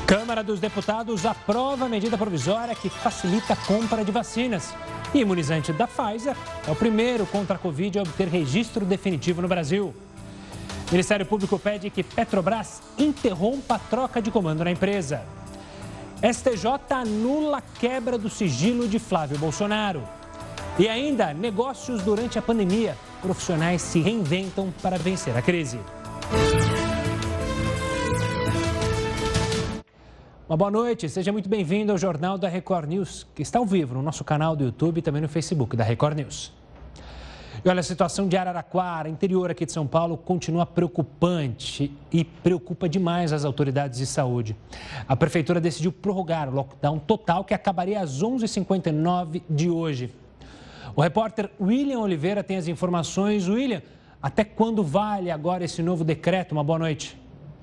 Câmara dos Deputados aprova a medida provisória que facilita a compra de vacinas. E imunizante da Pfizer é o primeiro contra a Covid a obter registro definitivo no Brasil. O Ministério Público pede que Petrobras interrompa a troca de comando na empresa. STJ anula a quebra do sigilo de Flávio Bolsonaro. E ainda, negócios durante a pandemia. Profissionais se reinventam para vencer a crise. Uma boa noite, seja muito bem-vindo ao Jornal da Record News, que está ao vivo no nosso canal do YouTube e também no Facebook da Record News. E olha, a situação de Araraquara, interior aqui de São Paulo, continua preocupante e preocupa demais as autoridades de saúde. A prefeitura decidiu prorrogar o lockdown total que acabaria às 11h59 de hoje. O repórter William Oliveira tem as informações. William, até quando vale agora esse novo decreto? Uma boa noite.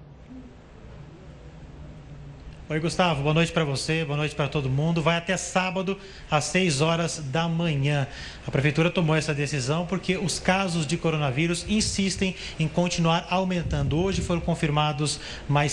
Oi, Gustavo, boa noite para você, boa noite para todo mundo. Vai até sábado, às 6 horas da manhã. A Prefeitura tomou essa decisão porque os casos de coronavírus insistem em continuar aumentando. Hoje foram confirmados mais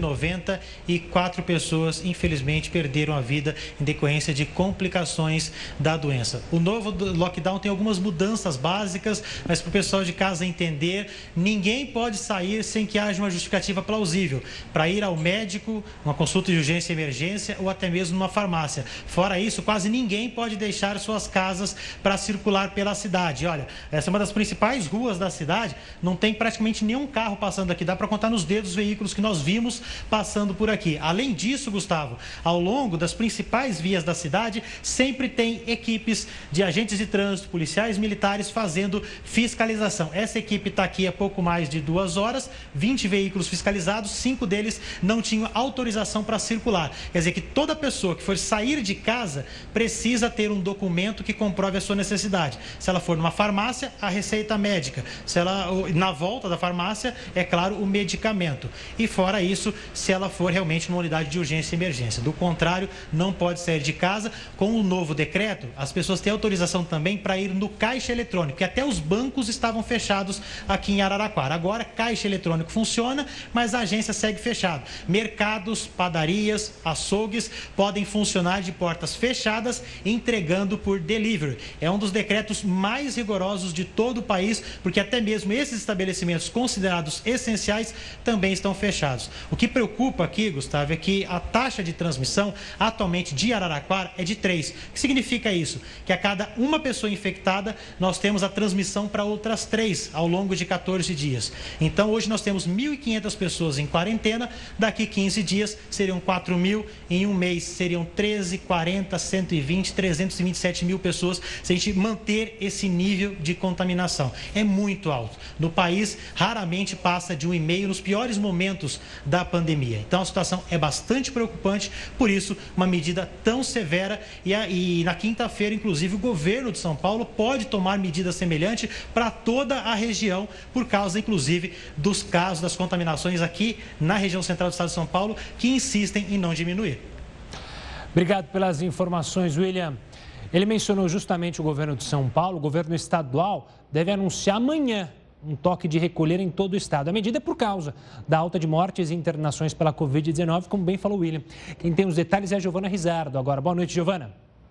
194 pessoas, infelizmente, perderam a vida em decorrência de complicações da doença. O novo lockdown tem algumas mudanças básicas, mas para o pessoal de casa entender, ninguém pode sair sem que haja uma justificativa plausível para ir ao médico, uma consulta de urgência e emergência ou até mesmo numa farmácia. Fora isso, quase ninguém pode deixar suas casas para circular pela cidade. Olha, essa é uma das principais ruas da cidade, não tem praticamente nenhum carro passando aqui, dá para contar nos dedos os veículos que nós vimos passando por aqui. Além disso, Gustavo, ao longo das principais vias da cidade, sempre tem equipes de agentes de trânsito, policiais militares fazendo fiscalização. Essa equipe está aqui há pouco mais de 2 horas, 20 veículos fiscalizados, 5 deles não tinham autorização para circular. Quer dizer que toda pessoa que for sair de casa precisa ter um documento que comprove a sua necessidade. Se ela for numa farmácia, a receita médica. Se ela, na volta da farmácia, é claro, o medicamento. E fora isso, se ela for realmente numa unidade de urgência e emergência. Do contrário, não pode sair de casa. Com o novo decreto, as pessoas têm autorização também para ir no caixa eletrônico, que até os bancos estavam fechados aqui em Araraquara. Agora, caixa eletrônico funciona, mas a agência segue fechada. Mercados, padarias, açougues podem funcionar de portas fechadas, entregando por delivery. É um dos decretos mais rigorosos de todo o país, porque até mesmo esses estabelecimentos considerados essenciais também estão fechados. O que preocupa aqui, Gustavo, é que a taxa de transmissão atualmente de Araraquara é de 3. O que significa isso? Que a cada uma pessoa infectada, nós temos a transmissão para outras 3 ao longo de 14 dias. Então, hoje nós temos 1.500 pessoas em quarentena, daqui 15 dias seriam 4.000, em um mês seriam 13, 40, 120, 327 mil pessoas, se a gente manter esse nível de contaminação. É muito alto. No país, raramente passa de 1,5 nos piores momentos da pandemia. Então, a situação é bastante preocupante, por isso, uma medida tão severa e na quinta-feira, inclusive, o governo de São Paulo pode tomar medida semelhante para toda a região, por causa, inclusive, dos casos das contaminações aqui na região central do estado de São Paulo, que insistem em não diminuir. Obrigado pelas informações, William. Ele mencionou justamente o governo de São Paulo. O governo estadual deve anunciar amanhã um toque de recolher em todo o estado. A medida é por causa da alta de mortes e internações pela Covid-19, como bem falou o William. Quem tem os detalhes é a Giovana Rizardo. Agora, boa noite, Giovana.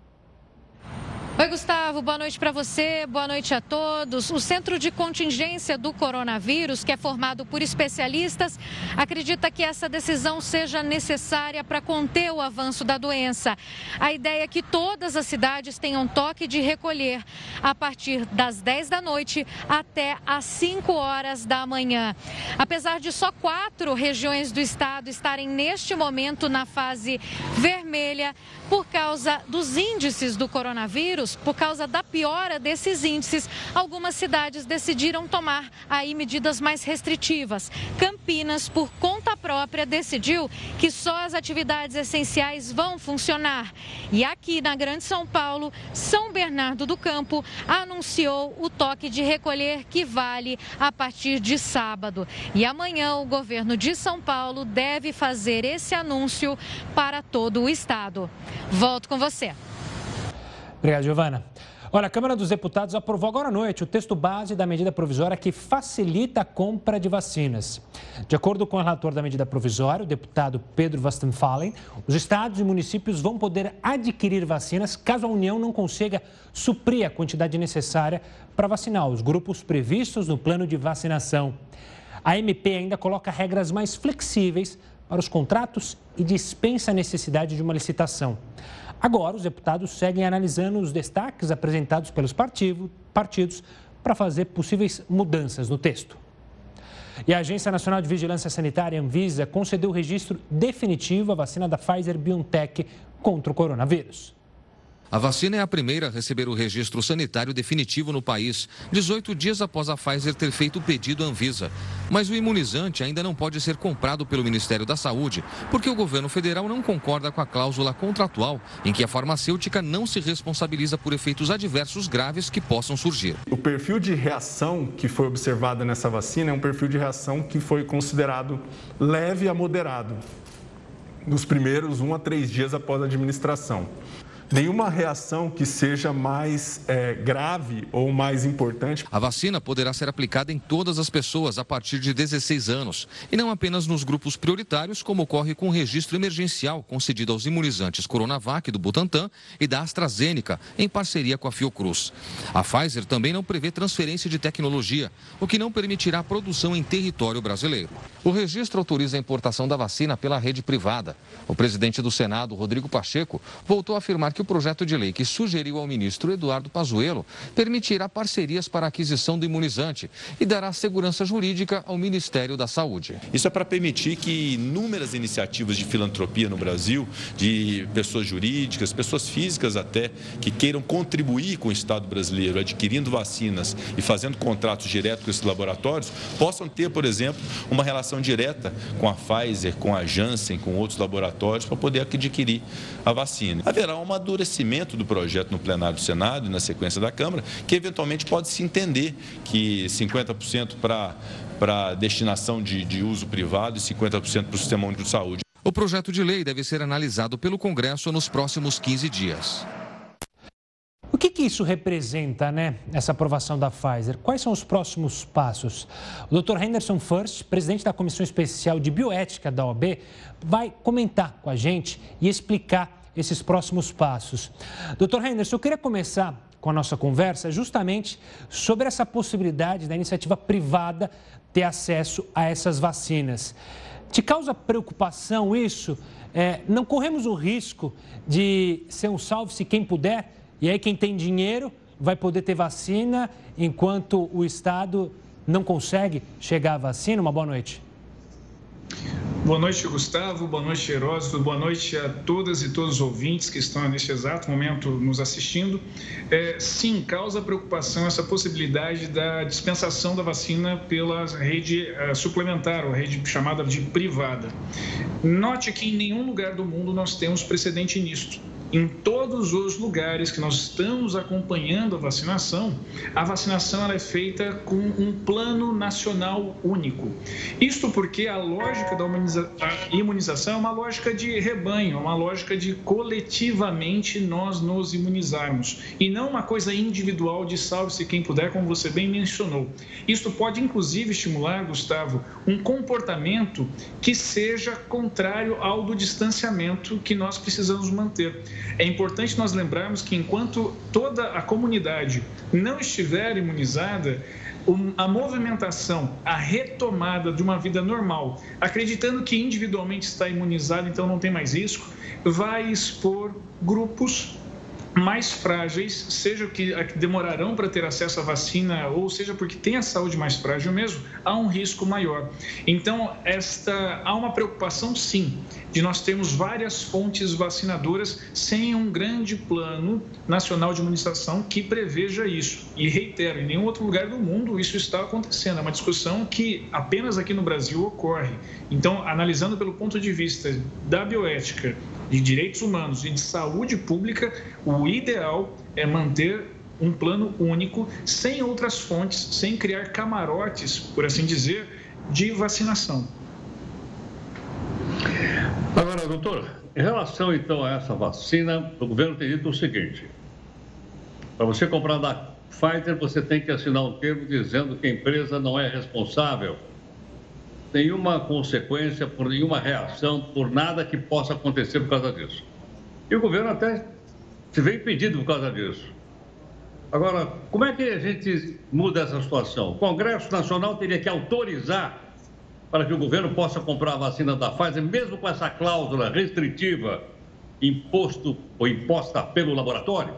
Oi, Gustavo, boa noite para você, boa noite a todos. O Centro de Contingência do Coronavírus, que é formado por especialistas, acredita que essa decisão seja necessária para conter o avanço da doença. A ideia é que todas as cidades tenham toque de recolher a partir das 10 da noite até às 5 horas da manhã. Apesar de só 4 regiões do estado estarem neste momento na fase vermelha, por causa dos índices do coronavírus, por causa da piora desses índices, algumas cidades decidiram tomar aí medidas mais restritivas. Campinas, por conta própria, decidiu que só as atividades essenciais vão funcionar. E aqui na Grande São Paulo, São Bernardo do Campo anunciou o toque de recolher que vale a partir de sábado. E amanhã o governo de São Paulo deve fazer esse anúncio para todo o estado. Volto com você. Obrigado, Giovana. Olha, a Câmara dos Deputados aprovou agora à noite o texto base da medida provisória que facilita a compra de vacinas. De acordo com o relator da medida provisória, o deputado Pedro Westphalen, os estados e municípios vão poder adquirir vacinas caso a União não consiga suprir a quantidade necessária para vacinar os grupos previstos no plano de vacinação. A MP ainda coloca regras mais flexíveis para os contratos e dispensa a necessidade de uma licitação. Agora, os deputados seguem analisando os destaques apresentados pelos partidos para fazer possíveis mudanças no texto. E a Agência Nacional de Vigilância Sanitária, Anvisa, concedeu o registro definitivo à vacina da Pfizer-BioNTech contra o coronavírus. A vacina é a primeira a receber o registro sanitário definitivo no país, 18 dias após a Pfizer ter feito o pedido à Anvisa. Mas o imunizante ainda não pode ser comprado pelo Ministério da Saúde, porque o governo federal não concorda com a cláusula contratual em que a farmacêutica não se responsabiliza por efeitos adversos graves que possam surgir. O perfil de reação que foi observado nessa vacina é um perfil de reação que foi considerado leve a moderado, nos primeiros 1 a 3 dias após a administração. Nenhuma reação que seja mais grave ou mais importante. A vacina poderá ser aplicada em todas as pessoas a partir de 16 anos e não apenas nos grupos prioritários, como ocorre com o registro emergencial concedido aos imunizantes Coronavac do Butantan e da AstraZeneca, em parceria com a Fiocruz. A Pfizer também não prevê transferência de tecnologia, o que não permitirá a produção em território brasileiro. O registro autoriza a importação da vacina pela rede privada. O presidente do Senado, Rodrigo Pacheco, voltou a afirmar que o projeto de lei que sugeriu ao ministro Eduardo Pazuello permitirá parcerias para a aquisição do imunizante e dará segurança jurídica ao Ministério da Saúde. Isso é para permitir que inúmeras iniciativas de filantropia no Brasil, de pessoas jurídicas, pessoas físicas até, que queiram contribuir com o Estado brasileiro, adquirindo vacinas e fazendo contratos diretos com esses laboratórios, possam ter, por exemplo, uma relação direta com a Pfizer, com a Janssen, com outros laboratórios, para poder adquirir a vacina. Haverá uma amadurecimento do projeto no plenário do Senado e na sequência da Câmara, que eventualmente pode se entender que 50% para destinação de uso privado e 50% para o Sistema Único de Saúde. O projeto de lei deve ser analisado pelo Congresso nos próximos 15 dias. O que isso representa, essa aprovação da Pfizer? Quais são os próximos passos? O Dr. Henderson Furst, presidente da Comissão Especial de Bioética da OAB, vai comentar com a gente e explicar esses próximos passos. Dr. Henderson, eu queria começar com a nossa conversa justamente sobre essa possibilidade da iniciativa privada ter acesso a essas vacinas. Te causa preocupação isso? Não corremos o risco de ser um salve-se quem puder, e aí quem tem dinheiro vai poder ter vacina, enquanto o Estado não consegue chegar à vacina? Uma boa noite. Boa noite, Gustavo. Boa noite, Heródoto. Boa noite a todas e todos os ouvintes que estão neste exato momento nos assistindo. Sim, causa preocupação essa possibilidade da dispensação da vacina pela rede suplementar, ou rede chamada de privada. Note que em nenhum lugar do mundo nós temos precedente nisto. Em todos os lugares que nós estamos acompanhando a vacinação ela é feita com um plano nacional único. Isto porque a lógica da imunização é uma lógica de rebanho, uma lógica de coletivamente nós nos imunizarmos, e não uma coisa individual de salve-se quem puder, como você bem mencionou. Isto pode, inclusive, estimular, Gustavo, um comportamento que seja contrário ao do distanciamento que nós precisamos manter. É importante nós lembrarmos que enquanto toda a comunidade não estiver imunizada, a movimentação, a retomada de uma vida normal, acreditando que individualmente está imunizado, então não tem mais risco, vai expor grupos mais frágeis, seja que demorarão para ter acesso à vacina, ou seja porque tem a saúde mais frágil mesmo, há um risco maior. Então, há uma preocupação, sim, de nós termos várias fontes vacinadoras sem um grande plano nacional de imunização que preveja isso. E reitero, em nenhum outro lugar do mundo isso está acontecendo. É uma discussão que apenas aqui no Brasil ocorre. Então, analisando pelo ponto de vista da bioética, de direitos humanos e de saúde pública, o ideal é manter um plano único, sem outras fontes, sem criar camarotes, por assim dizer, de vacinação. Agora, doutor, em relação então a essa vacina, o governo tem dito o seguinte: Para você comprar da Pfizer, você tem que assinar um termo dizendo que a empresa não é responsável. Nenhuma consequência, por nenhuma reação, por nada que possa acontecer por causa disso. E o governo até se vê impedido por causa disso. Agora, como é que a gente muda essa situação? O Congresso Nacional teria que autorizar para que o governo possa comprar a vacina da Pfizer, mesmo com essa cláusula restritiva imposta pelo laboratório?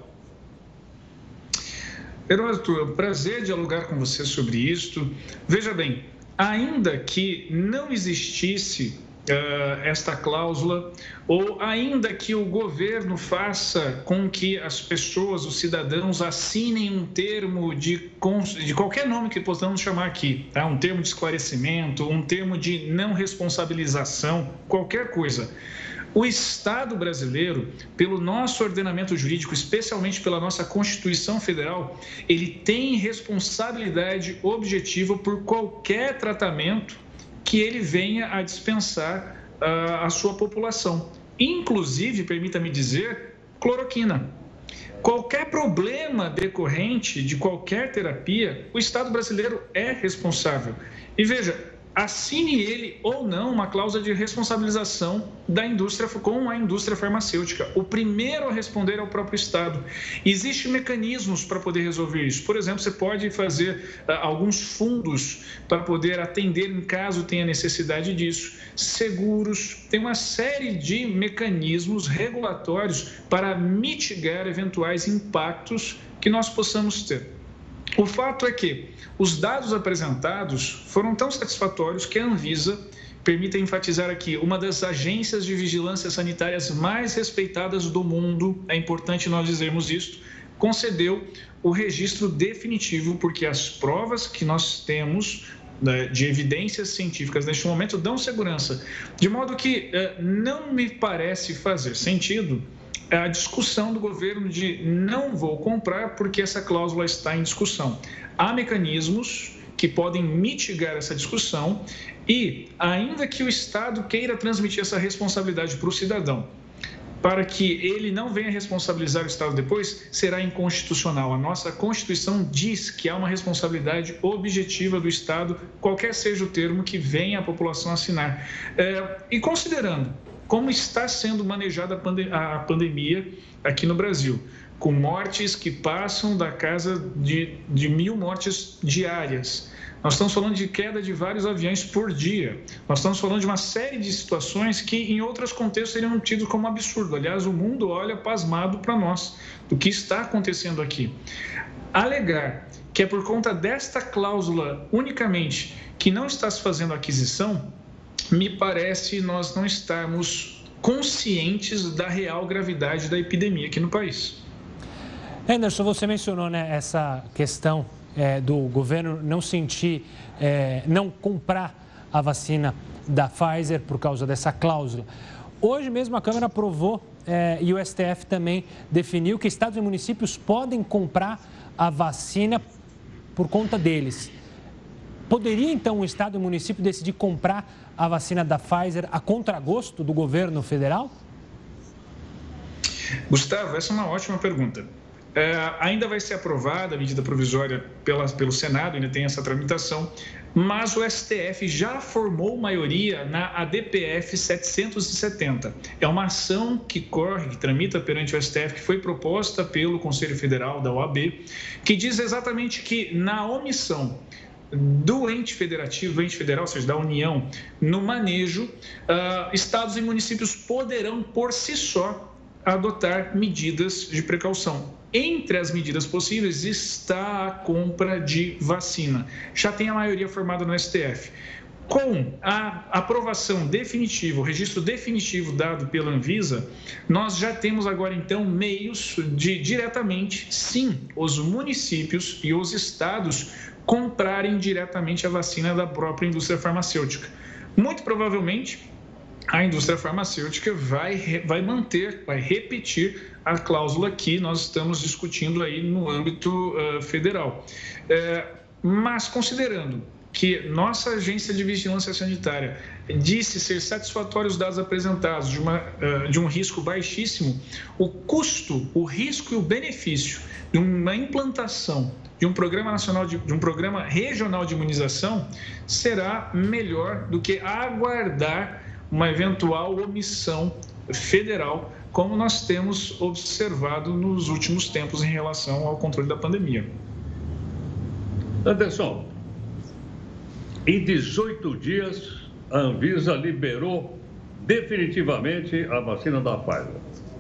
Heródoto, é um prazer dialogar com você sobre isto. Veja bem, ainda que não existisse esta cláusula, ou ainda que o governo faça com que as pessoas, os cidadãos, assinem um termo de qualquer nome que possamos chamar aqui, tá? Um termo de esclarecimento, um termo de não responsabilização, qualquer coisa. O Estado brasileiro, pelo nosso ordenamento jurídico, especialmente pela nossa Constituição Federal, ele tem responsabilidade objetiva por qualquer tratamento que ele venha a dispensar à sua população. Inclusive, permita-me dizer, cloroquina. Qualquer problema decorrente de qualquer terapia, o Estado brasileiro é responsável. E veja, assine ele ou não uma cláusula de responsabilização da indústria com a indústria farmacêutica. O primeiro a responder é o próprio Estado. Existem mecanismos para poder resolver isso. Por exemplo, você pode fazer alguns fundos para poder atender em caso tenha necessidade disso. Seguros, tem uma série de mecanismos regulatórios para mitigar eventuais impactos que nós possamos ter. O fato é que os dados apresentados foram tão satisfatórios que a Anvisa, permita enfatizar aqui, uma das agências de vigilância sanitárias mais respeitadas do mundo, é importante nós dizermos isso, concedeu o registro definitivo, porque as provas que nós temos de evidências científicas neste momento dão segurança. De modo que não me parece fazer sentido a discussão do governo de não vou comprar porque essa cláusula está em discussão. Há mecanismos que podem mitigar essa discussão e, ainda que o Estado queira transmitir essa responsabilidade para o cidadão, para que ele não venha responsabilizar o Estado depois, será inconstitucional. A nossa Constituição diz que há uma responsabilidade objetiva do Estado, qualquer seja o termo que venha a população assinar. E considerando como está sendo manejada a pandemia aqui no Brasil, com mortes que passam da casa de 1.000 mortes diárias. Nós estamos falando de queda de vários aviões por dia. Nós estamos falando de uma série de situações que, em outros contextos, seriam tidos como absurdo. Aliás, o mundo olha pasmado para nós, do que está acontecendo aqui. Alegar que é por conta desta cláusula unicamente que não está se fazendo aquisição, me parece nós não estarmos conscientes da real gravidade da epidemia aqui no país. Anderson, você mencionou, né, essa questão do governo não sentir, não comprar a vacina da Pfizer por causa dessa cláusula. Hoje mesmo a Câmara aprovou e o STF também definiu que estados e municípios podem comprar a vacina por conta deles. Poderia, então, o estado e o município decidir comprar a vacina da Pfizer a contragosto do governo federal? Gustavo, essa é uma ótima pergunta. Ainda vai ser aprovada a medida provisória pelo Senado, ainda tem essa tramitação, mas o STF já formou maioria na ADPF 770. É uma ação que tramita perante o STF, que foi proposta pelo Conselho Federal da OAB, que diz exatamente que na omissão do ente federal, ou seja, da União, no manejo, estados e municípios poderão, por si só, adotar medidas de precaução. Entre as medidas possíveis está a compra de vacina. Já tem a maioria formada no STF. Com a aprovação definitiva, o registro definitivo dado pela Anvisa, nós já temos agora, então, meios de diretamente, sim, os municípios e os estados comprarem diretamente a vacina da própria indústria farmacêutica. Muito provavelmente, a indústria farmacêutica vai repetir a cláusula que nós estamos discutindo aí no âmbito federal. Mas considerando que nossa agência de vigilância sanitária disse ser satisfatórios os dados apresentados de um risco baixíssimo, o custo, o risco e o benefício de uma implantação de um programa nacional, de um programa regional de imunização será melhor do que aguardar uma eventual omissão federal, como nós temos observado nos últimos tempos em relação ao controle da pandemia. Anderson, em 18 dias, a Anvisa liberou definitivamente a vacina da Pfizer.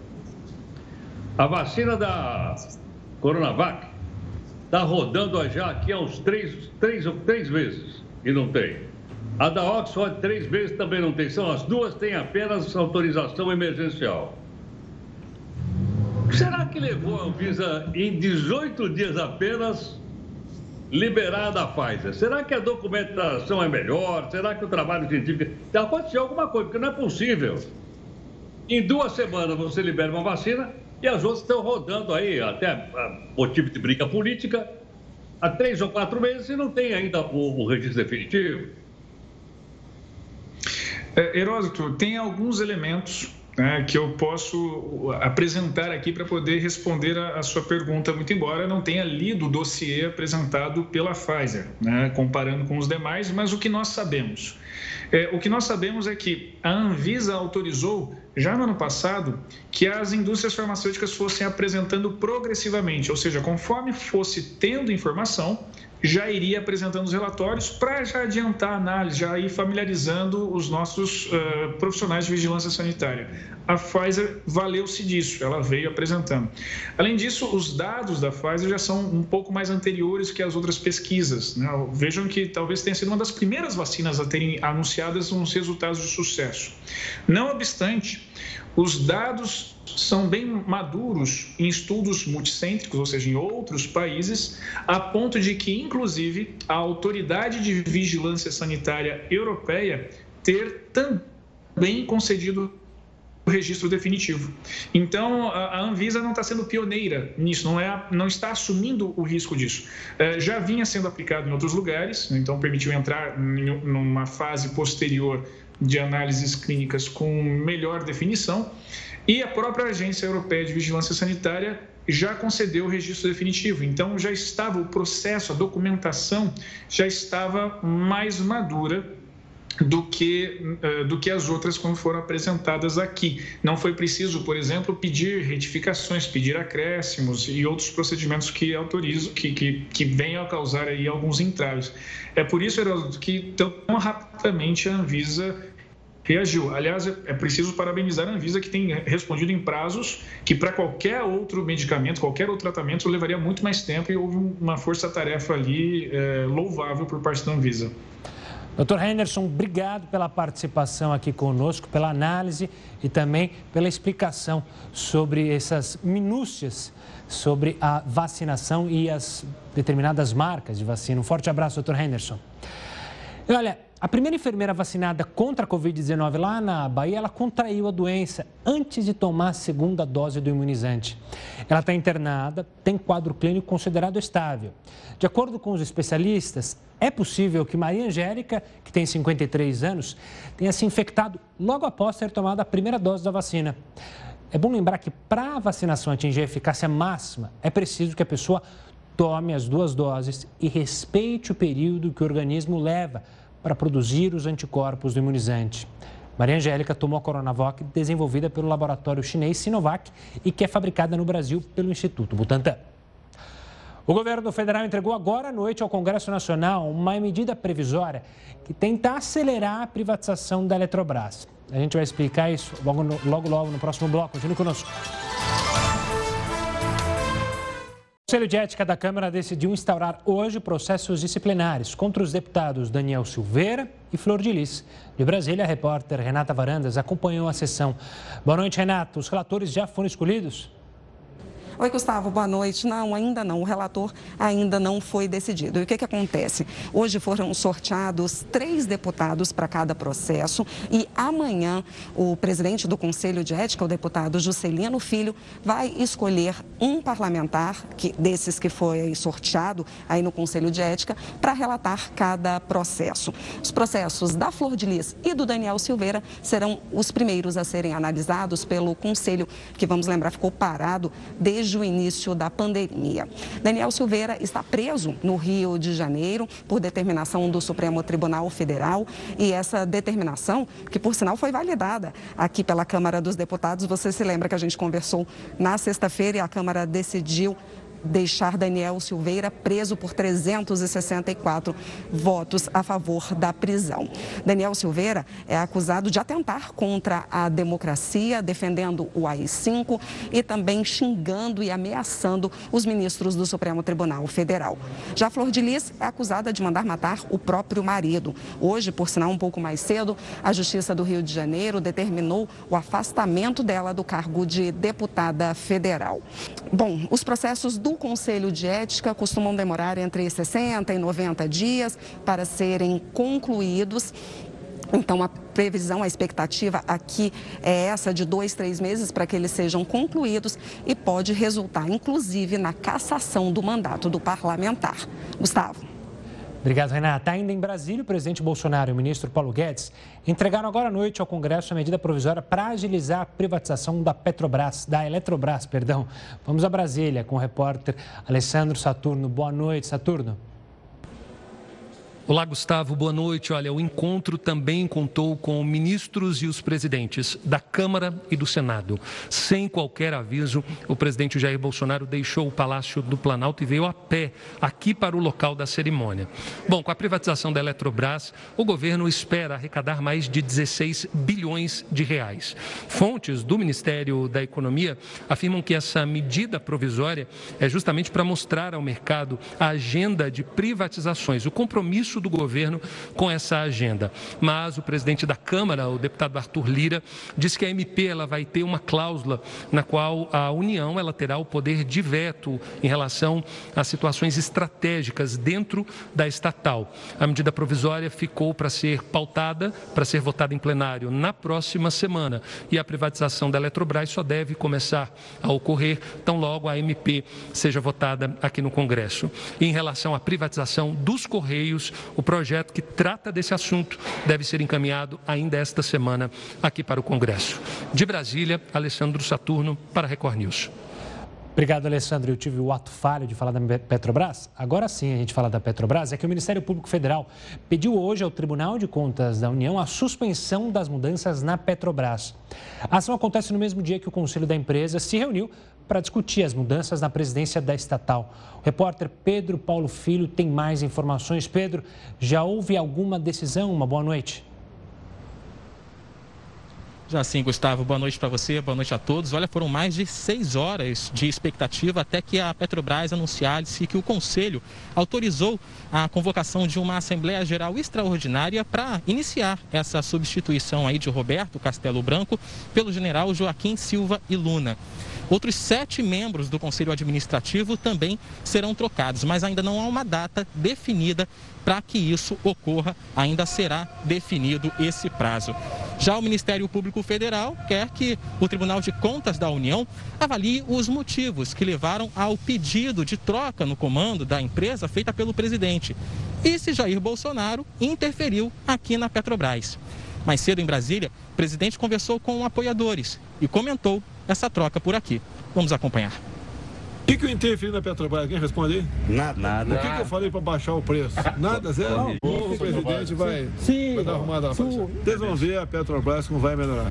A vacina da Coronavac está rodando já aqui há uns três meses e não tem. A da Oxford, 3 meses também não tem. São as duas, têm apenas autorização emergencial. Será que levou a Anvisa em 18 dias apenas liberada a Pfizer? Será que a documentação é melhor? Será que o trabalho científico... Já pode ser alguma coisa, porque não é possível. Em 2 semanas você libera uma vacina e as outras estão rodando aí, até a motivo de briga política, há 3 ou 4 meses e não tem ainda o registro definitivo. Heródoto, tem alguns elementos que eu posso apresentar aqui para poder responder a sua pergunta, muito embora não tenha lido o dossiê apresentado pela Pfizer, comparando com os demais, mas o que nós sabemos? O que nós sabemos é que a Anvisa autorizou, já no ano passado, que as indústrias farmacêuticas fossem apresentando progressivamente, ou seja, conforme fosse tendo informação, já iria apresentando os relatórios para já adiantar a análise, já ir familiarizando os nossos profissionais de vigilância sanitária. A Pfizer valeu-se disso, ela veio apresentando. Além disso, os dados da Pfizer já são um pouco mais anteriores que as outras pesquisas, Vejam que talvez tenha sido uma das primeiras vacinas a terem anunciadas uns resultados de sucesso. Não obstante, os dados são bem maduros em estudos multicêntricos, ou seja, em outros países, a ponto de que, inclusive, a Autoridade de Vigilância Sanitária Europeia ter também concedido o registro definitivo. Então, a Anvisa não está sendo pioneira nisso, não está assumindo o risco disso. Já vinha sendo aplicado em outros lugares, então permitiu entrar numa fase posterior de análises clínicas com melhor definição, e a própria Agência Europeia de Vigilância Sanitária já concedeu o registro definitivo. Então, já estava o processo, a documentação já estava mais madura do que as outras quando foram apresentadas aqui. Não foi preciso, por exemplo, pedir retificações, pedir acréscimos e outros procedimentos que autorizam, que venham a causar aí alguns entraves. É por isso, Heródoto, que tão rapidamente a Anvisa reagiu. Aliás, é preciso parabenizar a Anvisa, que tem respondido em prazos que para qualquer outro medicamento, qualquer outro tratamento, levaria muito mais tempo, e houve uma força-tarefa ali louvável por parte da Anvisa. Dr. Henderson, obrigado pela participação aqui conosco, pela análise e também pela explicação sobre essas minúcias sobre a vacinação e as determinadas marcas de vacina. Um forte abraço, Dr. Henderson. E olha, a primeira enfermeira vacinada contra a Covid-19 lá na Bahia, ela contraiu a doença antes de tomar a segunda dose do imunizante. Ela está internada, tem quadro clínico considerado estável. De acordo com os especialistas, é possível que Maria Angélica, que tem 53 anos, tenha se infectado logo após ter tomado a primeira dose da vacina. É bom lembrar que para a vacinação atingir a eficácia máxima, é preciso que a pessoa tome as 2 doses e respeite o período que o organismo leva para produzir os anticorpos do imunizante. Maria Angélica tomou a Coronavac desenvolvida pelo laboratório chinês Sinovac e que é fabricada no Brasil pelo Instituto Butantan. O governo federal entregou agora à noite ao Congresso Nacional uma medida previsória que tenta acelerar a privatização da Eletrobras. A gente vai explicar isso logo no próximo bloco. Continue conosco. O Conselho de Ética da Câmara decidiu instaurar hoje processos disciplinares contra os deputados Daniel Silveira e Flor de Lis. De Brasília, a repórter Renata Varandas acompanhou a sessão. Boa noite, Renata. Os relatores já foram escolhidos? Oi, Gustavo, boa noite. Não, ainda não. O relator ainda não foi decidido. E o que acontece? Hoje foram sorteados 3 deputados para cada processo e amanhã o presidente do Conselho de Ética, o deputado Juscelino Filho, vai escolher um parlamentar desses que foi sorteado aí no Conselho de Ética para relatar cada processo. Os processos da Flor de Lis e do Daniel Silveira serão os primeiros a serem analisados pelo Conselho, que, vamos lembrar, ficou parado desde o início da pandemia. Daniel Silveira está preso no Rio de Janeiro por determinação do Supremo Tribunal Federal e essa determinação, que por sinal foi validada aqui pela Câmara dos Deputados, você se lembra que a gente conversou na sexta-feira e a Câmara decidiu deixar Daniel Silveira preso por 364 votos a favor da prisão. Daniel Silveira é acusado de atentar contra a democracia, defendendo o AI-5 e também xingando e ameaçando os ministros do Supremo Tribunal Federal. Já Flor de Lis é acusada de mandar matar o próprio marido. Hoje, por sinal, um pouco mais cedo, a Justiça do Rio de Janeiro determinou o afastamento dela do cargo de deputada federal. Bom, os processos do Conselho de Ética costumam demorar entre 60 e 90 dias para serem concluídos. Então, a previsão, a expectativa aqui é essa de 2, 3 meses para que eles sejam concluídos e pode resultar, inclusive, na cassação do mandato do parlamentar. Gustavo. Obrigado, Renata. Ainda em Brasília, o presidente Bolsonaro e o ministro Paulo Guedes entregaram agora à noite ao Congresso a medida provisória para agilizar a privatização da Eletrobras. Vamos a Brasília com o repórter Alessandro Saturno. Boa noite, Saturno. Olá, Gustavo, boa noite. Olha, o encontro também contou com ministros e os presidentes da Câmara e do Senado. Sem qualquer aviso, o presidente Jair Bolsonaro deixou o Palácio do Planalto e veio a pé aqui para o local da cerimônia. Bom, com a privatização da Eletrobras, o governo espera arrecadar mais de 16 bilhões de reais. Fontes do Ministério da Economia afirmam que essa medida provisória é justamente para mostrar ao mercado a agenda de privatizações, o compromisso do governo com essa agenda. Mas o presidente da Câmara, o deputado Arthur Lira, disse que a MP vai ter uma cláusula na qual a União terá o poder de veto em relação a situações estratégicas dentro da estatal. A medida provisória ficou para ser pautada, para ser votada em plenário na próxima semana e a privatização da Eletrobras só deve começar a ocorrer tão logo a MP seja votada aqui no Congresso. E em relação à privatização dos Correios, o projeto que trata desse assunto deve ser encaminhado ainda esta semana aqui para o Congresso. De Brasília, Alessandro Saturno, para a Record News. Obrigado, Alessandro. Eu tive o ato falho de falar da Petrobras. Agora sim a gente fala da Petrobras. É que o Ministério Público Federal pediu hoje ao Tribunal de Contas da União a suspensão das mudanças na Petrobras. A ação acontece no mesmo dia que o Conselho da empresa se reuniu para discutir as mudanças na presidência da estatal. O repórter Pedro Paulo Filho tem mais informações. Pedro, já houve alguma decisão? Uma boa noite. Já sim, Gustavo. Boa noite para você, boa noite a todos. Olha, foram mais de 6 horas de expectativa até que a Petrobras anunciasse que o Conselho autorizou a convocação de uma Assembleia Geral Extraordinária para iniciar essa substituição aí de Roberto Castelo Branco pelo general Joaquim Silva e Luna. Outros 7 membros do Conselho Administrativo também serão trocados, mas ainda não há uma data definida para que isso ocorra. Ainda será definido esse prazo. Já o Ministério Público Federal quer que o Tribunal de Contas da União avalie os motivos que levaram ao pedido de troca no comando da empresa feita pelo presidente e se Jair Bolsonaro interferiu aqui na Petrobras. Mais cedo em Brasília, o presidente conversou com apoiadores e comentou essa troca por aqui. Vamos acompanhar. O que eu interferi na Petrobras? Quem responde aí? Nada. O que eu falei para baixar o preço? Nada, zero? O presidente vai dar arrumada lá. Vocês vão ver a Petrobras como vai melhorar.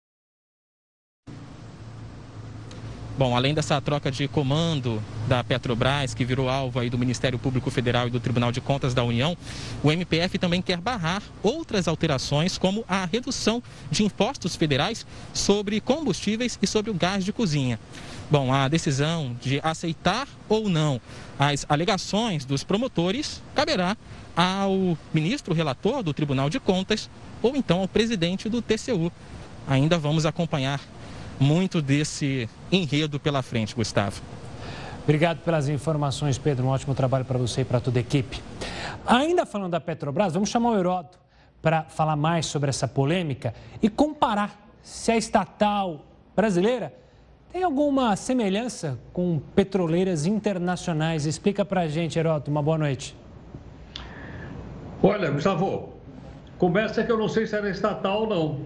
Bom, além dessa troca de comando da Petrobras, que virou alvo aí do Ministério Público Federal e do Tribunal de Contas da União, o MPF também quer barrar outras alterações, como a redução de impostos federais sobre combustíveis e sobre o gás de cozinha. Bom, a decisão de aceitar ou não as alegações dos promotores caberá ao ministro relator do Tribunal de Contas ou então ao presidente do TCU. Ainda vamos acompanhar muito desse enredo pela frente, Gustavo. Obrigado pelas informações, Pedro. Um ótimo trabalho para você e para toda a equipe. Ainda falando da Petrobras, vamos chamar o Heródoto para falar mais sobre essa polêmica e comparar se a estatal brasileira tem alguma semelhança com petroleiras internacionais. Explica para a gente, Heródoto. Uma boa noite. Olha, Gustavo, começa que eu não sei se era estatal ou não.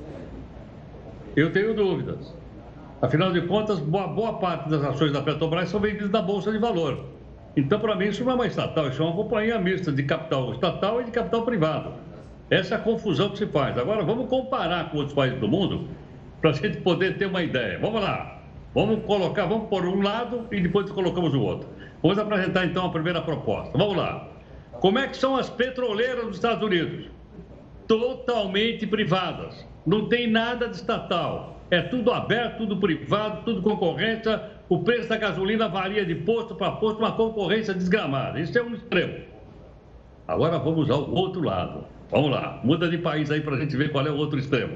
Eu tenho dúvidas. Afinal de contas, boa parte das ações da Petrobras são vendidas na Bolsa de Valor. Então, para mim, isso não é uma estatal, isso é uma companhia mista de capital estatal e de capital privado. Essa é a confusão que se faz. Agora, vamos comparar com outros países do mundo para a gente poder ter uma ideia. Vamos lá. Vamos pôr um lado e depois colocamos o outro. Vamos apresentar, então, a primeira proposta. Vamos lá. Como é que são as petroleiras dos Estados Unidos? Totalmente privadas. Não tem nada de estatal. É tudo aberto, tudo privado, tudo concorrência. O preço da gasolina varia de posto para posto, uma concorrência desgramada. Isso é um extremo. Agora vamos ao outro lado. Vamos lá, muda de país aí para a gente ver qual é o outro extremo.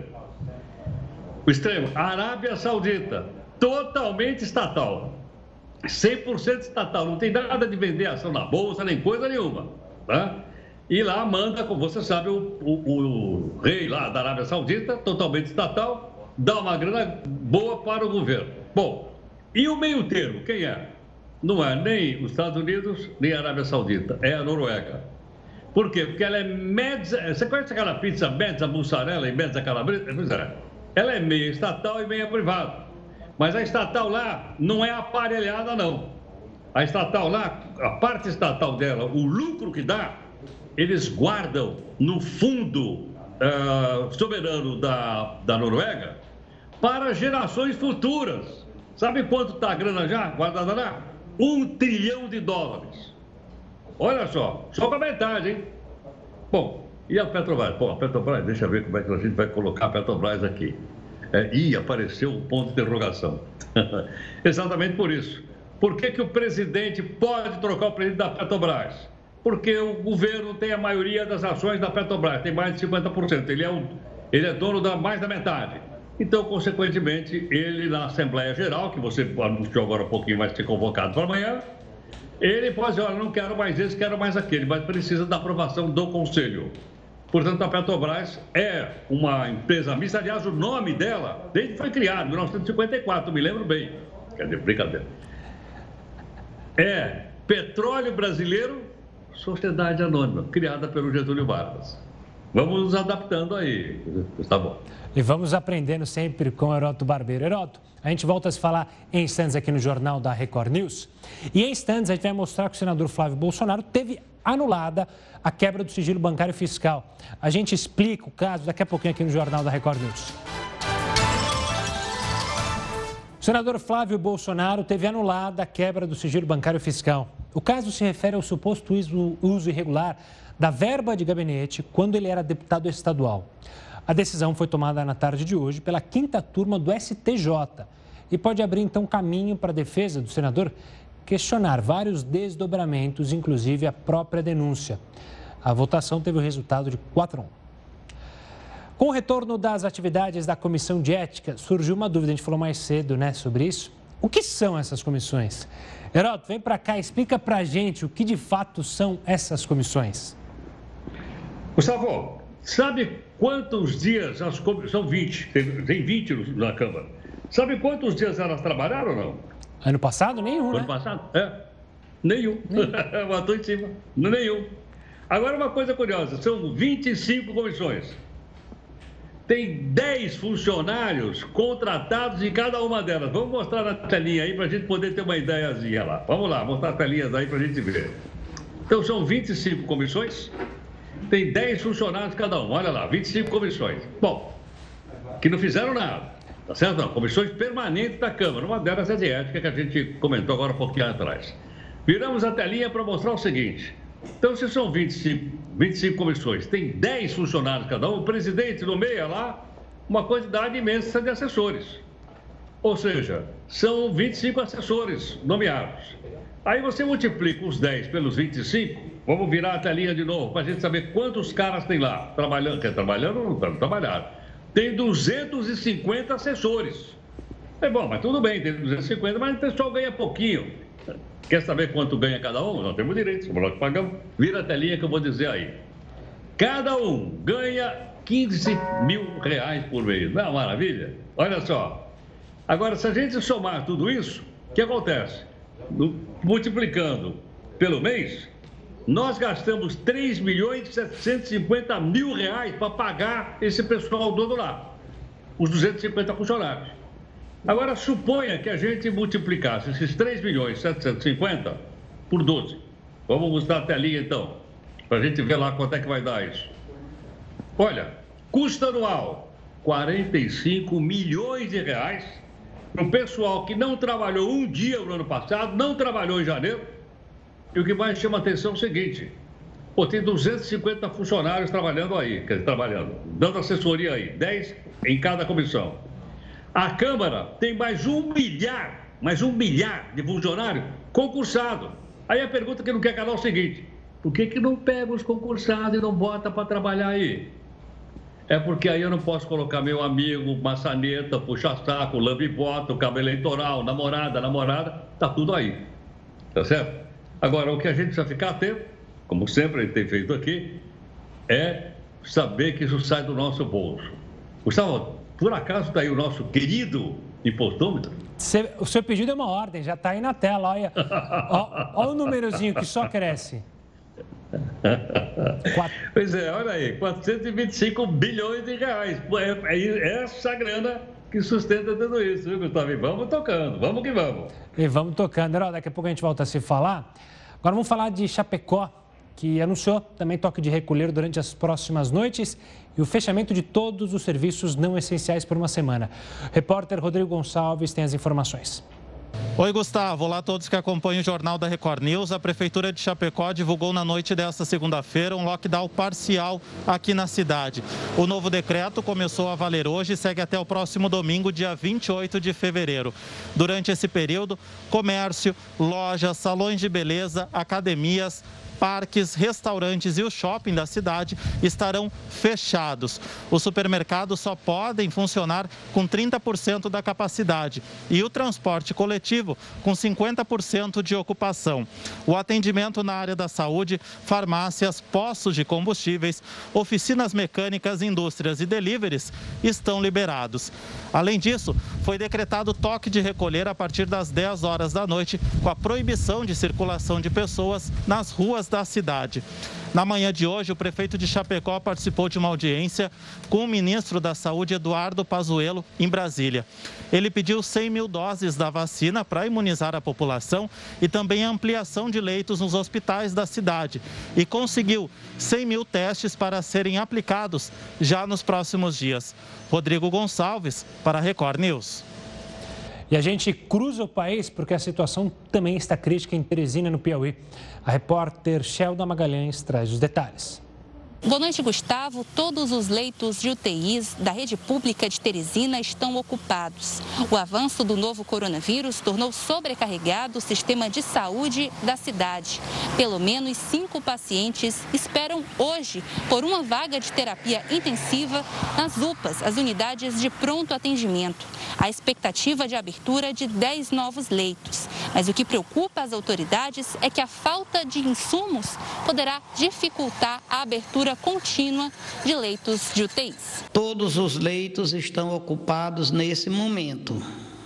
O extremo, Arábia Saudita, totalmente estatal. 100% estatal, não tem nada de vender ação na bolsa, nem coisa nenhuma. Tá? E lá manda, como você sabe, o rei lá da Arábia Saudita, totalmente estatal, dá uma grana boa para o governo. Bom, e o meio termo, quem é? Não é nem os Estados Unidos, nem a Arábia Saudita, é a Noruega. Por quê? Porque ela é mezza... Você conhece aquela pizza mezza mussarela e mezza calabresa? Ela é meia estatal e meia privada. Mas a estatal lá não é aparelhada, não. A estatal lá, a parte estatal dela, o lucro que dá, eles guardam no fundo soberano da Noruega para gerações futuras. Sabe quanto está a grana já guardada lá? $1 trilhão. Olha só com a metade, hein? Bom, e a Petrobras? Bom, a Petrobras, deixa eu ver como é que a gente vai colocar a Petrobras aqui. Apareceu um ponto de interrogação. Exatamente por isso. Por que o presidente pode trocar o presidente da Petrobras? Porque o governo tem a maioria das ações da Petrobras, tem mais de 50%. Ele é dono da mais da metade. Então, consequentemente, ele na Assembleia Geral, que você anunciou agora um pouquinho, vai ser convocado para amanhã, ele pode dizer, olha, não quero mais esse, quero mais aquele, mas precisa da aprovação do Conselho. Portanto, a Petrobras é uma empresa mista. Aliás, o nome dela, desde que foi criado, em 1954, me lembro bem. Quer dizer, brincadeira. É Petróleo Brasileiro, Sociedade Anônima, criada pelo Getúlio Vargas. Vamos nos adaptando aí, tá bom. E vamos aprendendo sempre com o Heródoto Barbeiro. Heródoto, a gente volta a se falar em instantes aqui no Jornal da Record News. E em instantes a gente vai mostrar que o senador Flávio Bolsonaro teve anulada a quebra do sigilo bancário fiscal. A gente explica o caso daqui a pouquinho aqui no Jornal da Record News. O senador Flávio Bolsonaro teve anulada a quebra do sigilo bancário fiscal. O caso se refere ao suposto uso irregular da verba de gabinete quando ele era deputado estadual. A decisão foi tomada na tarde de hoje pela 5ª turma do STJ e pode abrir então caminho para a defesa do senador questionar vários desdobramentos, inclusive a própria denúncia. A votação teve o resultado de 4-1. Com o retorno das atividades da Comissão de Ética, surgiu uma dúvida, a gente falou mais cedo, sobre isso. O que são essas comissões? Heródoto, vem para cá, explica para a gente o que de fato são essas comissões. Gustavo, sabe quantos dias as comissões... São 20, tem 20 na Câmara. Sabe quantos dias elas trabalharam ou não? Ano passado, nenhum, Ano passado? Nenhum. Matou em cima. Nenhum. Agora, uma coisa curiosa, são 25 comissões. Tem 10 funcionários contratados em cada uma delas. Vamos mostrar na telinha aí para a gente poder ter uma ideiazinha lá. Vamos lá, mostrar as telinhas aí para a gente ver. Então, são 25 comissões, tem 10 funcionários cada um. Olha lá, 25 comissões. Bom, que não fizeram nada, tá certo? Não, comissões permanentes da Câmara. Uma delas é de ética, que a gente comentou agora um pouquinho atrás. Viramos a telinha para mostrar o seguinte. Então, se são 25 comissões, tem 10 funcionários cada um, o presidente nomeia lá uma quantidade imensa de assessores. Ou seja, são 25 assessores nomeados. Aí você multiplica os 10 pelos 25, vamos virar a telinha de novo, para a gente saber quantos caras tem lá, trabalhando, ou não estão trabalhando. Tem 250 assessores. É bom, mas tudo bem, tem 250, mas o pessoal ganha pouquinho. Quer saber quanto ganha cada um? Nós temos direito, nós pagamos. Vira a telinha que eu vou dizer aí. Cada um ganha R$15 mil por mês. Não é uma maravilha? Olha só. Agora, se a gente somar tudo isso, o que acontece? Multiplicando pelo mês, nós gastamos R$3.750.000 para pagar esse pessoal todo lá, os 250 funcionários. Agora, suponha que a gente multiplicasse esses 3.750.000 por 12. Vamos mostrar a telinha, então, para a gente ver lá quanto é que vai dar isso. Olha, custo anual, R$45 milhões para o pessoal que não trabalhou um dia no ano passado, não trabalhou em janeiro. E o que mais chama atenção é o seguinte, tem 250 funcionários trabalhando aí, dando assessoria aí, 10 em cada comissão. A Câmara tem mais um milhar de funcionários concursados. Aí a pergunta que não quer calar é o seguinte, por que não pega os concursados e não bota para trabalhar aí? É porque aí eu não posso colocar meu amigo, maçaneta, puxa-saco, lambe-bota, cabo eleitoral, namorada, tá tudo aí, tá certo? Agora, o que a gente precisa ficar atento, como sempre a gente tem feito aqui, é saber que isso sai do nosso bolso. Gustavo, por acaso está aí o nosso querido impostômetro? O seu pedido é uma ordem, já está aí na tela, olha. Olha o númerozinho que só cresce. Pois é, olha aí, R$425 bilhões. É essa grana que sustenta tudo isso, viu, Gustavo? E vamos tocando, vamos que vamos. E vamos tocando. Herói, daqui a pouco a gente volta a se falar. Agora vamos falar de Chapecó, que anunciou também toque de recolher durante as próximas noites e o fechamento de todos os serviços não essenciais por uma semana. O repórter Rodrigo Gonçalves tem as informações. Oi, Gustavo. Olá a todos que acompanham o Jornal da Record News. A Prefeitura de Chapecó divulgou na noite desta segunda-feira um lockdown parcial aqui na cidade. O novo decreto começou a valer hoje e segue até o próximo domingo, dia 28 de fevereiro. Durante esse período, comércio, lojas, salões de beleza, academias, parques, restaurantes e o shopping da cidade estarão fechados. Os supermercados só podem funcionar com 30% da capacidade e o transporte coletivo com 50% de ocupação. O atendimento na área da saúde, farmácias, postos de combustíveis, oficinas mecânicas, indústrias e deliveries estão liberados. Além disso, foi decretado toque de recolher a partir das 10 horas da noite, com a proibição de circulação de pessoas nas ruas da cidade. Na manhã de hoje, o prefeito de Chapecó participou de uma audiência com o ministro da Saúde, Eduardo Pazuello, em Brasília. Ele pediu 100 mil doses da vacina para imunizar a população e também a ampliação de leitos nos hospitais da cidade. E conseguiu 100 mil testes para serem aplicados já nos próximos dias. Rodrigo Gonçalves, para a Record News. E a gente cruza o país porque a situação também está crítica em Teresina, no Piauí. A repórter Shelda Magalhães traz os detalhes. Boa noite, Gustavo. Todos os leitos de UTIs da rede pública de Teresina estão ocupados. O avanço do novo coronavírus tornou sobrecarregado o sistema de saúde da cidade. Pelo menos 5 pacientes esperam hoje por uma vaga de terapia intensiva nas UPAs, as unidades de pronto atendimento. A expectativa de abertura de 10 novos leitos. Mas o que preocupa as autoridades é que a falta de insumos poderá dificultar a abertura contínua de leitos de UTIs. Todos os leitos estão ocupados nesse momento.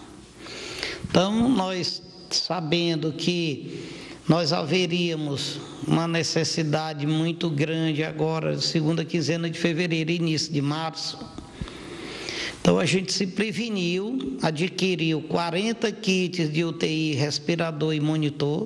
Então, nós sabendo que nós haveríamos uma necessidade muito grande agora, segunda quinzena de fevereiro e início de março, então a gente se preveniu, adquiriu 40 kits de UTI, respirador e monitor.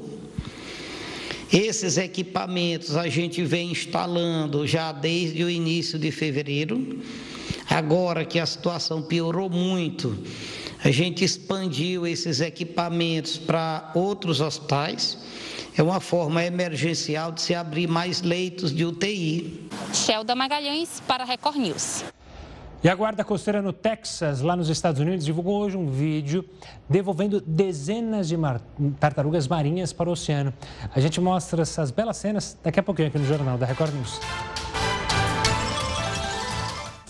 Esses equipamentos a gente vem instalando já desde o início de fevereiro. Agora que a situação piorou muito, a gente expandiu esses equipamentos para outros hospitais. É uma forma emergencial de se abrir mais leitos de UTI. Shelda Magalhães para a Record News. E a Guarda Costeira no Texas, lá nos Estados Unidos, divulgou hoje um vídeo devolvendo dezenas de tartarugas marinhas para o oceano. A gente mostra essas belas cenas daqui a pouquinho aqui no Jornal da Record News.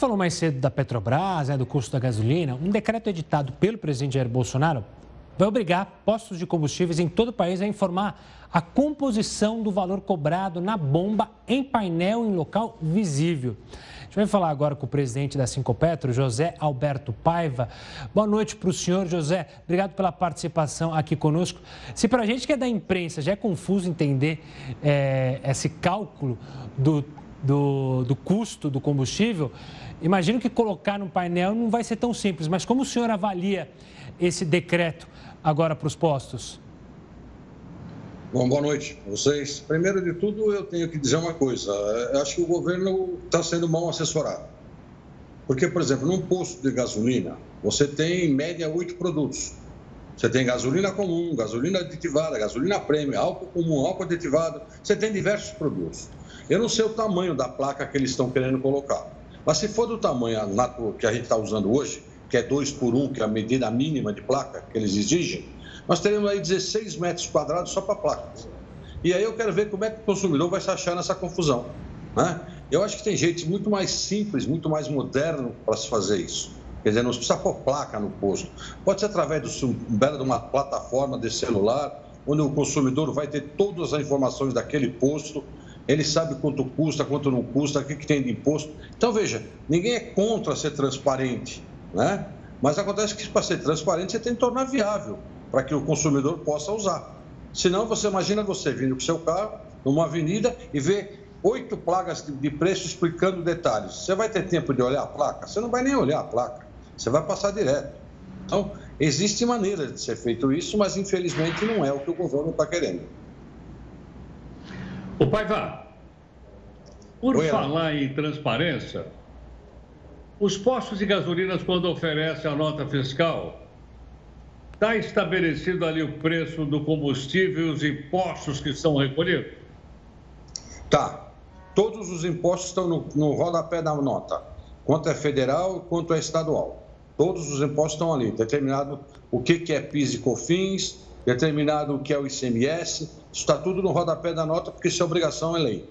falou mais cedo da Petrobras, do custo da gasolina. Um decreto editado pelo presidente Jair Bolsonaro vai obrigar postos de combustíveis em todo o país a informar a composição do valor cobrado na bomba em painel em local visível. A gente vai falar agora com o presidente da Sincopetro, José Alberto Paiva. Boa noite para o senhor, José. Obrigado pela participação aqui conosco. Se para a gente que é da imprensa já é confuso entender esse cálculo do custo do combustível, imagino que colocar no painel não vai ser tão simples. Mas como o senhor avalia esse decreto agora para os postos? Bom, boa noite a vocês. Primeiro de tudo, eu tenho que dizer uma coisa. Eu acho que o governo está sendo mal assessorado. Porque, por exemplo, num posto de gasolina, você tem, em média, 8 produtos. Você tem gasolina comum, gasolina aditivada, gasolina premium, álcool comum, álcool aditivado. Você tem diversos produtos. Eu não sei o tamanho da placa que eles estão querendo colocar. Mas se for do tamanho que a gente está usando hoje, que é 2x1, que é a medida mínima de placa que eles exigem, nós teremos aí 16 metros quadrados só para placas. E aí eu quero ver como é que o consumidor vai se achar nessa confusão, né? Eu acho que tem jeito muito mais simples, muito mais moderno para se fazer isso. Quer dizer, não precisa pôr placa no posto. Pode ser através de uma plataforma de celular, onde o consumidor vai ter todas as informações daquele posto, ele sabe quanto custa, quanto não custa, o que tem de imposto. Então, veja, ninguém é contra ser transparente, né? Mas acontece que para ser transparente você tem que tornar viável, para que o consumidor possa usar. Senão, você imagina você vindo com seu carro numa avenida e ver 8 placas de preço explicando detalhes. Você vai ter tempo de olhar a placa? Você não vai nem olhar a placa, você vai passar direto. Então, existe maneira de ser feito isso, mas infelizmente não é o que o governo está querendo. Ô Paiva, por falar em transparência, os postos de gasolinas, quando oferecem a nota fiscal, está estabelecido ali o preço do combustível e os impostos que são recolhidos? Tá. Todos os impostos estão no rodapé da nota, quanto é federal e quanto é estadual. Todos os impostos estão ali, determinado o que é PIS e COFINS, determinado o que é o ICMS, isso está tudo no rodapé da nota, porque isso é obrigação, é lei.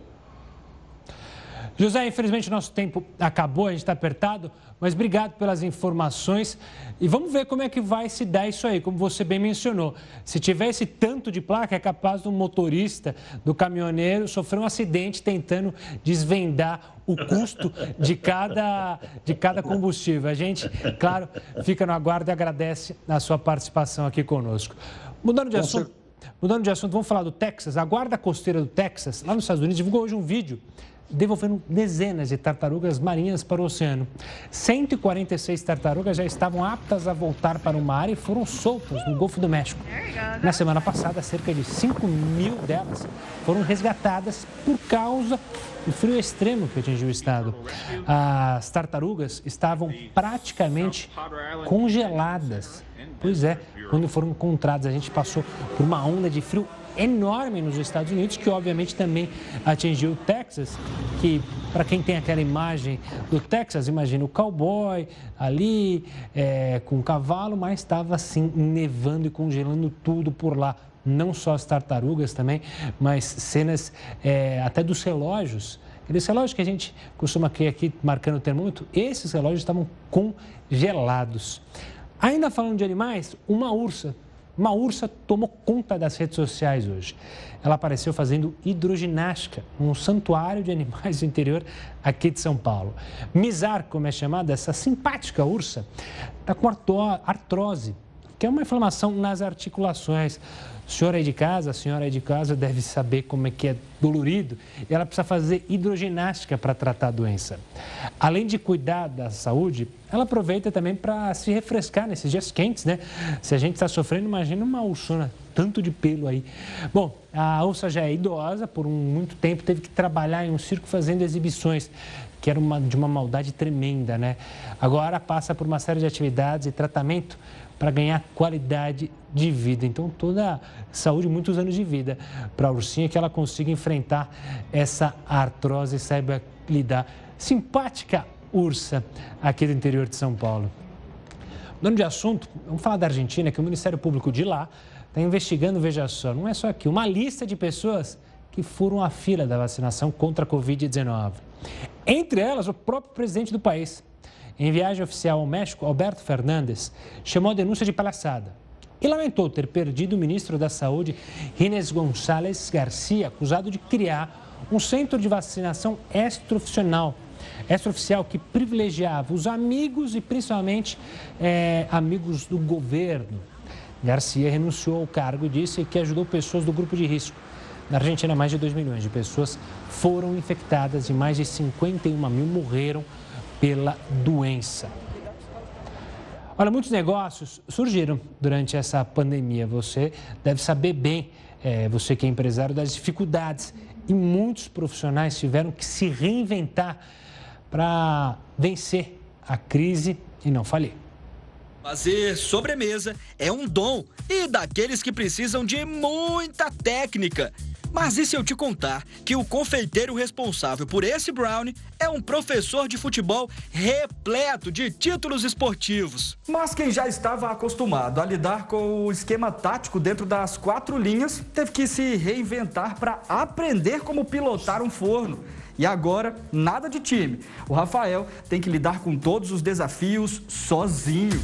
José, infelizmente o nosso tempo acabou, a gente está apertado, mas obrigado pelas informações e vamos ver como é que vai se dar isso aí, como você bem mencionou. Se tiver esse tanto de placa, é capaz do motorista, do caminhoneiro, sofrer um acidente tentando desvendar o custo de cada combustível. A gente, claro, fica no aguardo e agradece a sua participação aqui conosco. Mudando de assunto, vamos falar do Texas. A Guarda Costeira do Texas, lá nos Estados Unidos, divulgou hoje um vídeo devolvendo dezenas de tartarugas marinhas para o oceano. 146 tartarugas já estavam aptas a voltar para o mar e foram soltas no Golfo do México. Na semana passada, cerca de 5.000 delas foram resgatadas por causa do frio extremo que atingiu o estado. As tartarugas estavam praticamente congeladas. Pois é, quando foram encontradas, a gente passou por uma onda de frio enorme nos Estados Unidos, que obviamente também atingiu o Texas, que para quem tem aquela imagem do Texas, imagina o cowboy ali com o cavalo, mas estava assim nevando e congelando tudo por lá, não só as tartarugas também, mas cenas até dos relógios. Aqueles relógios que a gente costuma ter aqui marcando o termômetro, esses relógios estavam congelados. Ainda falando de animais, uma ursa tomou conta das redes sociais hoje. Ela apareceu fazendo hidroginástica num santuário de animais do interior aqui de São Paulo. Mizar, como é chamada, essa simpática ursa, está com artrose, que é uma inflamação nas articulações. O senhor aí de casa, a senhora aí de casa deve saber como é que é dolorido e ela precisa fazer hidroginástica para tratar a doença. Além de cuidar da saúde, ela aproveita também para se refrescar nesses dias quentes, né? Se a gente está sofrendo, imagina uma ursona, tanto de pelo aí. Bom, a ursa já é idosa, por muito tempo teve que trabalhar em um circo fazendo exibições, que era de uma maldade tremenda, né? Agora passa por uma série de atividades e tratamento para ganhar qualidade de vida. Então, toda a saúde, muitos anos de vida para a ursinha, que ela consiga enfrentar essa artrose e saiba lidar. Simpática ursa aqui do interior de São Paulo. Mudando de assunto, vamos falar da Argentina, que o Ministério Público de lá está investigando, veja só, não é só aqui, uma lista de pessoas que furam à fila da vacinação contra a Covid-19. Entre elas, o próprio presidente do país. Em viagem oficial ao México, Alberto Fernandes chamou a denúncia de palhaçada e lamentou ter perdido o ministro da Saúde, Ginés Gonçalves Garcia, acusado de criar um centro de vacinação extraoficial que privilegiava os amigos e principalmente amigos do governo. Garcia renunciou ao cargo e disse que ajudou pessoas do grupo de risco. Na Argentina, mais de 2 milhões de pessoas foram infectadas e mais de 51 mil morreram pela doença. Olha, muitos negócios surgiram durante essa pandemia. Você deve saber bem, você que é empresário, das dificuldades. E muitos profissionais tiveram que se reinventar para vencer a crise e não falir. Fazer sobremesa é um dom e daqueles que precisam de muita técnica. Mas e se eu te contar que o confeiteiro responsável por esse brownie é um professor de futebol repleto de títulos esportivos? Mas quem já estava acostumado a lidar com o esquema tático dentro das 4 linhas, teve que se reinventar para aprender como pilotar um forno. E agora, nada de time. O Rafael tem que lidar com todos os desafios sozinho.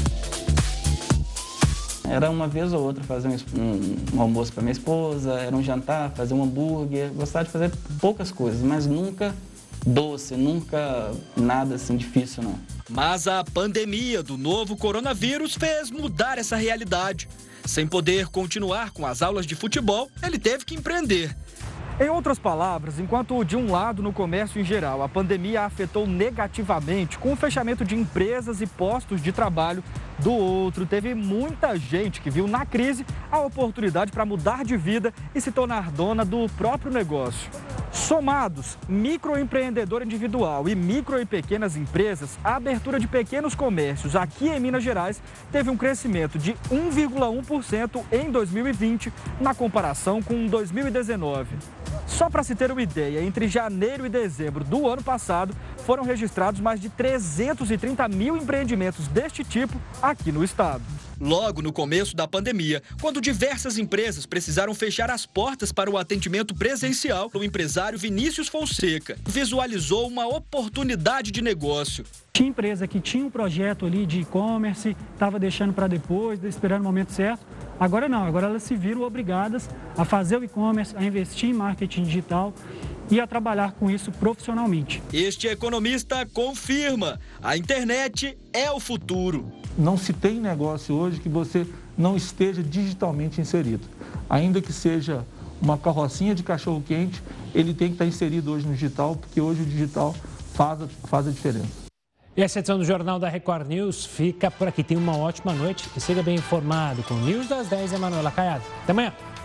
Era uma vez ou outra fazer um almoço para minha esposa, era um jantar, fazer um hambúrguer. Gostava de fazer poucas coisas, mas nunca doce, nunca nada assim difícil, não. Mas a pandemia do novo coronavírus fez mudar essa realidade. Sem poder continuar com as aulas de futebol, ele teve que empreender. Em outras palavras, enquanto de um lado no comércio em geral a pandemia afetou negativamente com o fechamento de empresas e postos de trabalho, do outro teve muita gente que viu na crise a oportunidade para mudar de vida e se tornar dona do próprio negócio. Somados, microempreendedor individual e micro e pequenas empresas, a abertura de pequenos comércios aqui em Minas Gerais teve um crescimento de 1,1% em 2020 na comparação com 2019. Só para se ter uma ideia, entre janeiro e dezembro do ano passado, foram registrados mais de 330 mil empreendimentos deste tipo aqui no estado. Logo no começo da pandemia, quando diversas empresas precisaram fechar as portas para o atendimento presencial, o empresário Vinícius Fonseca visualizou uma oportunidade de negócio. Tinha empresa que tinha um projeto ali de e-commerce, estava deixando para depois, esperando o momento certo. Agora não, agora elas se viram obrigadas a fazer o e-commerce, a investir em marketing digital e a trabalhar com isso profissionalmente. Este economista confirma, a internet é o futuro. Não se tem negócio hoje que você não esteja digitalmente inserido. Ainda que seja uma carrocinha de cachorro-quente, ele tem que estar inserido hoje no digital, porque hoje o digital faz a diferença. E essa edição do Jornal da Record News fica por aqui. Tenha uma ótima noite e seja bem informado com o News das 10, Emanuela Caiado. Até amanhã.